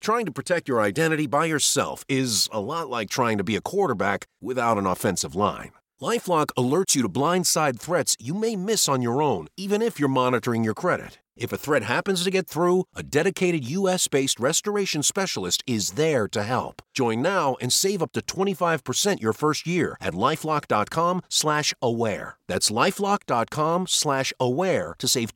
Trying to protect your identity by yourself is a lot like trying to be a quarterback without an offensive line. LifeLock alerts you to blindside threats you may miss on your own, even if you're monitoring your credit. If a threat happens to get through, a dedicated U.S.-based restoration specialist is there to help. Join now and save up to 25% your first year at LifeLock.com/aware. That's LifeLock.com/aware to save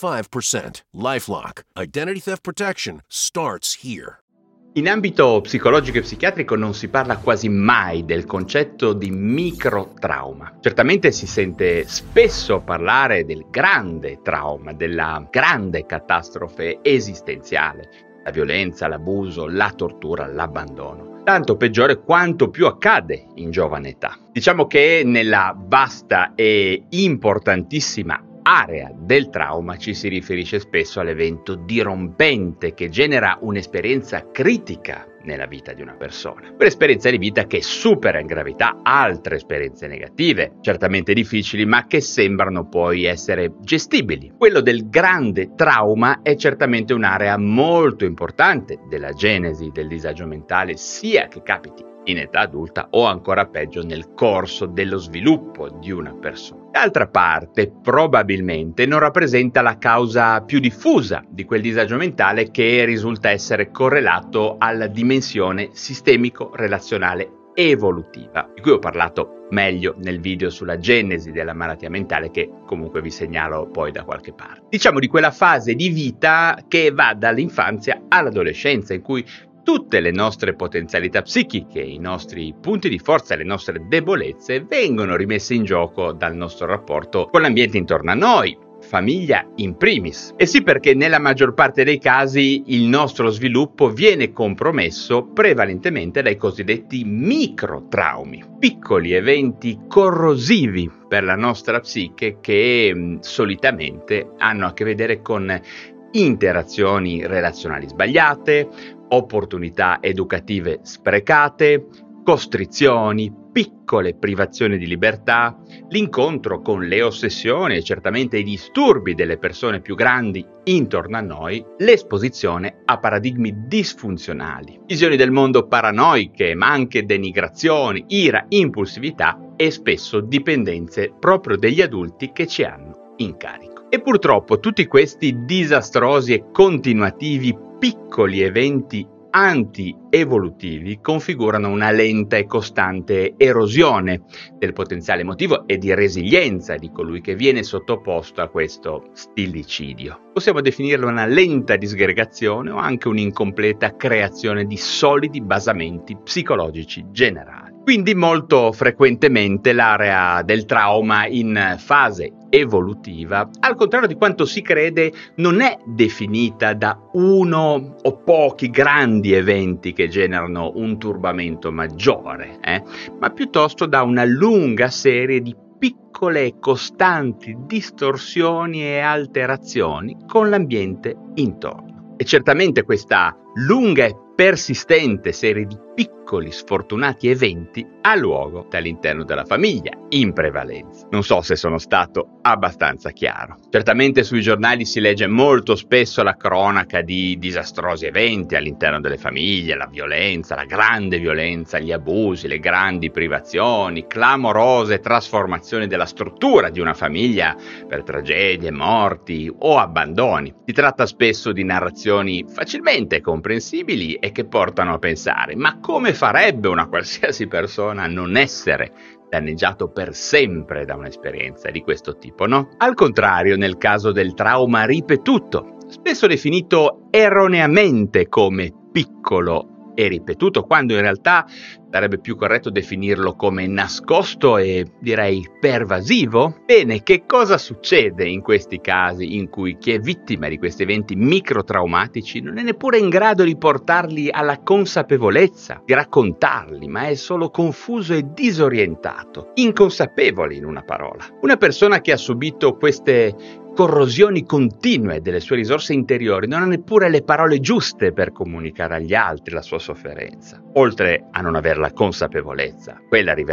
25%. LifeLock. Identity theft protection starts here. In ambito psicologico e psichiatrico non si parla quasi mai del concetto di microtrauma. Certamente si sente spesso parlare del grande trauma, della grande catastrofe esistenziale, la violenza, l'abuso, la tortura, l'abbandono. Tanto peggiore quanto più accade in giovane età. Diciamo che nella vasta e importantissima area del trauma ci si riferisce spesso all'evento dirompente che genera un'esperienza critica nella vita di una persona. Quell'esperienza di vita che supera in gravità altre esperienze negative, certamente difficili, ma che sembrano poi essere gestibili. Quello del grande trauma è certamente un'area molto importante della genesi del disagio mentale, sia che capiti in età adulta o ancora peggio nel corso dello sviluppo di una persona. D'altra parte, probabilmente non rappresenta la causa più diffusa di quel disagio mentale che risulta essere correlato alla dimensione sistemico-relazionale evolutiva, di cui ho parlato meglio nel video sulla genesi della malattia mentale, che comunque vi segnalo poi da qualche parte. Diciamo di quella fase di vita che va dall'infanzia all'adolescenza, in cui tutte le nostre potenzialità psichiche, i nostri punti di forza e le nostre debolezze vengono rimesse in gioco dal nostro rapporto con l'ambiente intorno a noi, famiglia in primis. E sì, perché nella maggior parte dei casi il nostro sviluppo viene compromesso prevalentemente dai cosiddetti microtraumi, piccoli eventi corrosivi per la nostra psiche che solitamente hanno a che vedere con interazioni relazionali sbagliate, opportunità educative sprecate, costrizioni, piccole privazioni di libertà, l'incontro con le ossessioni e certamente i disturbi delle persone più grandi intorno a noi, l'esposizione a paradigmi disfunzionali, visioni del mondo paranoiche, ma anche denigrazioni, ira, impulsività e spesso dipendenze proprio degli adulti che ci hanno in carico. E purtroppo tutti questi disastrosi e continuativi piccoli eventi anti-evolutivi configurano una lenta e costante erosione del potenziale emotivo e di resilienza di colui che viene sottoposto a questo stillicidio. Possiamo definirlo una lenta disgregazione o anche un'incompleta creazione di solidi basamenti psicologici generali. Quindi molto frequentemente l'area del trauma in fase evolutiva, al contrario di quanto si crede, non è definita da uno o pochi grandi eventi che generano un turbamento maggiore, ma piuttosto da una lunga serie di piccole e costanti distorsioni e alterazioni con l'ambiente intorno. E certamente questa lunga e persistente serie di piccoli sfortunati eventi ha luogo all'interno della famiglia, in prevalenza. Non so se sono stato abbastanza chiaro. Certamente sui giornali si legge molto spesso la cronaca di disastrosi eventi all'interno delle famiglie, la violenza, la grande violenza, gli abusi, le grandi privazioni, clamorose trasformazioni della struttura di una famiglia per tragedie, morti o abbandoni. Si tratta spesso di narrazioni facilmente comprensibili e che portano a pensare: ma come farebbe una qualsiasi persona a non essere danneggiato per sempre da un'esperienza di questo tipo, no? Al contrario, nel caso del trauma ripetuto, spesso definito erroneamente come piccolo e ripetuto, quando in realtà sarebbe più corretto definirlo come nascosto e direi pervasivo. Bene, che cosa succede in questi casi in cui chi è vittima di questi eventi microtraumatici non è neppure in grado di portarli alla consapevolezza, di raccontarli, ma è solo confuso e disorientato, inconsapevole in una parola. Una persona che ha subito queste corrosioni continue delle sue risorse interiori non ha neppure le parole giuste per comunicare agli altri la sua sofferenza, oltre a non aver la consapevolezza. Quella arriverà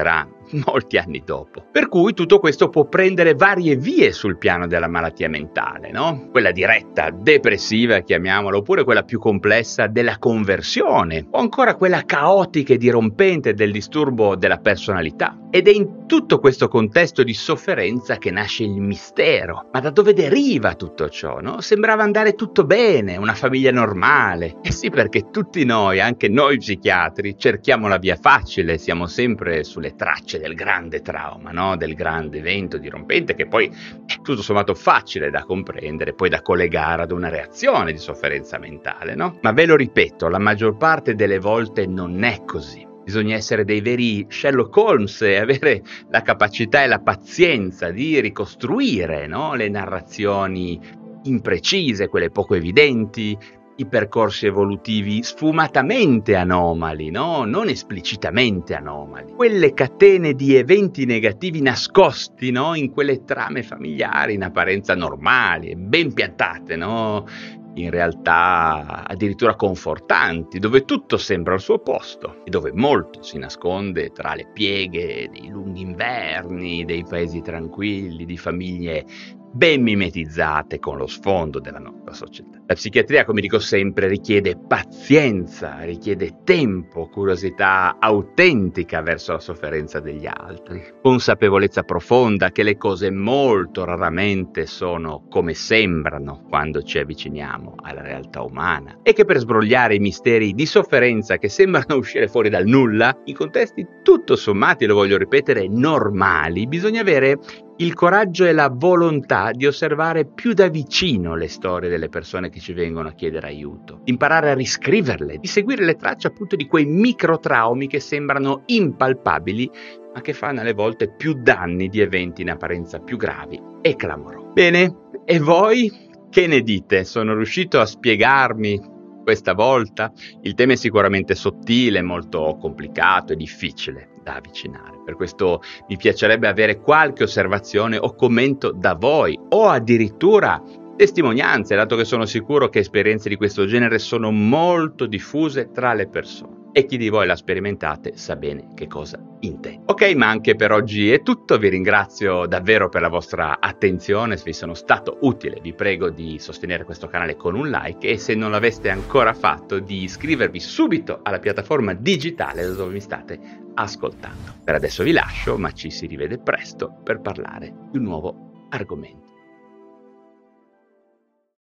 molti anni dopo. Per cui tutto questo può prendere varie vie sul piano della malattia mentale, no? Quella diretta, depressiva, chiamiamola, oppure quella più complessa della conversione, o ancora quella caotica e dirompente del disturbo della personalità. Ed è in tutto questo contesto di sofferenza che nasce il mistero. Ma da dove deriva tutto ciò, no? Sembrava andare tutto bene, una famiglia normale. E sì, perché tutti noi, anche noi psichiatri, cerchiamo la via facile, siamo sempre sulle tracce del grande trauma, no? Del grande evento dirompente, che poi è tutto sommato facile da comprendere, poi da collegare ad una reazione di sofferenza mentale, no? Ma ve lo ripeto, la maggior parte delle volte non è così. Bisogna essere dei veri Sherlock Holmes e avere la capacità e la pazienza di ricostruire, no? Le narrazioni imprecise, quelle poco evidenti, i percorsi evolutivi sfumatamente anomali, no? Non esplicitamente anomali. Quelle catene di eventi negativi nascosti, no? In quelle trame familiari in apparenza normali e ben piantate, no? In realtà addirittura confortanti, dove tutto sembra al suo posto e dove molto si nasconde tra le pieghe dei lunghi inverni, dei paesi tranquilli, di famiglie ben mimetizzate con lo sfondo della nostra società. La psichiatria, come dico sempre, richiede pazienza, richiede tempo, curiosità autentica verso la sofferenza degli altri, consapevolezza profonda che le cose molto raramente sono come sembrano quando ci avviciniamo alla realtà umana e che per sbrogliare i misteri di sofferenza che sembrano uscire fuori dal nulla, in contesti tutto sommati, lo voglio ripetere, normali, bisogna avere il coraggio e la volontà di osservare più da vicino le storie delle persone che ci vengono a chiedere aiuto, imparare a riscriverle, di seguire le tracce appunto di quei microtraumi che sembrano impalpabili, ma che fanno alle volte più danni di eventi in apparenza più gravi e clamorosi. Bene, e voi che ne dite? Sono riuscito a spiegarmi questa volta? Il tema è sicuramente sottile, molto complicato e difficile da avvicinare. Per questo mi piacerebbe avere qualche osservazione o commento da voi, o addirittura testimonianze, dato che sono sicuro che esperienze di questo genere sono molto diffuse tra le persone. E chi di voi l'ha sperimentate sa bene che cosa intendo. Ok, ma anche per oggi è tutto. Vi ringrazio davvero per la vostra attenzione. Se vi sono stato utile, vi prego di sostenere questo canale con un like e se non l'aveste ancora fatto di iscrivervi subito alla piattaforma digitale da dove mi state ascoltando. Per adesso vi lascio, ma ci si rivede presto per parlare di un nuovo argomento.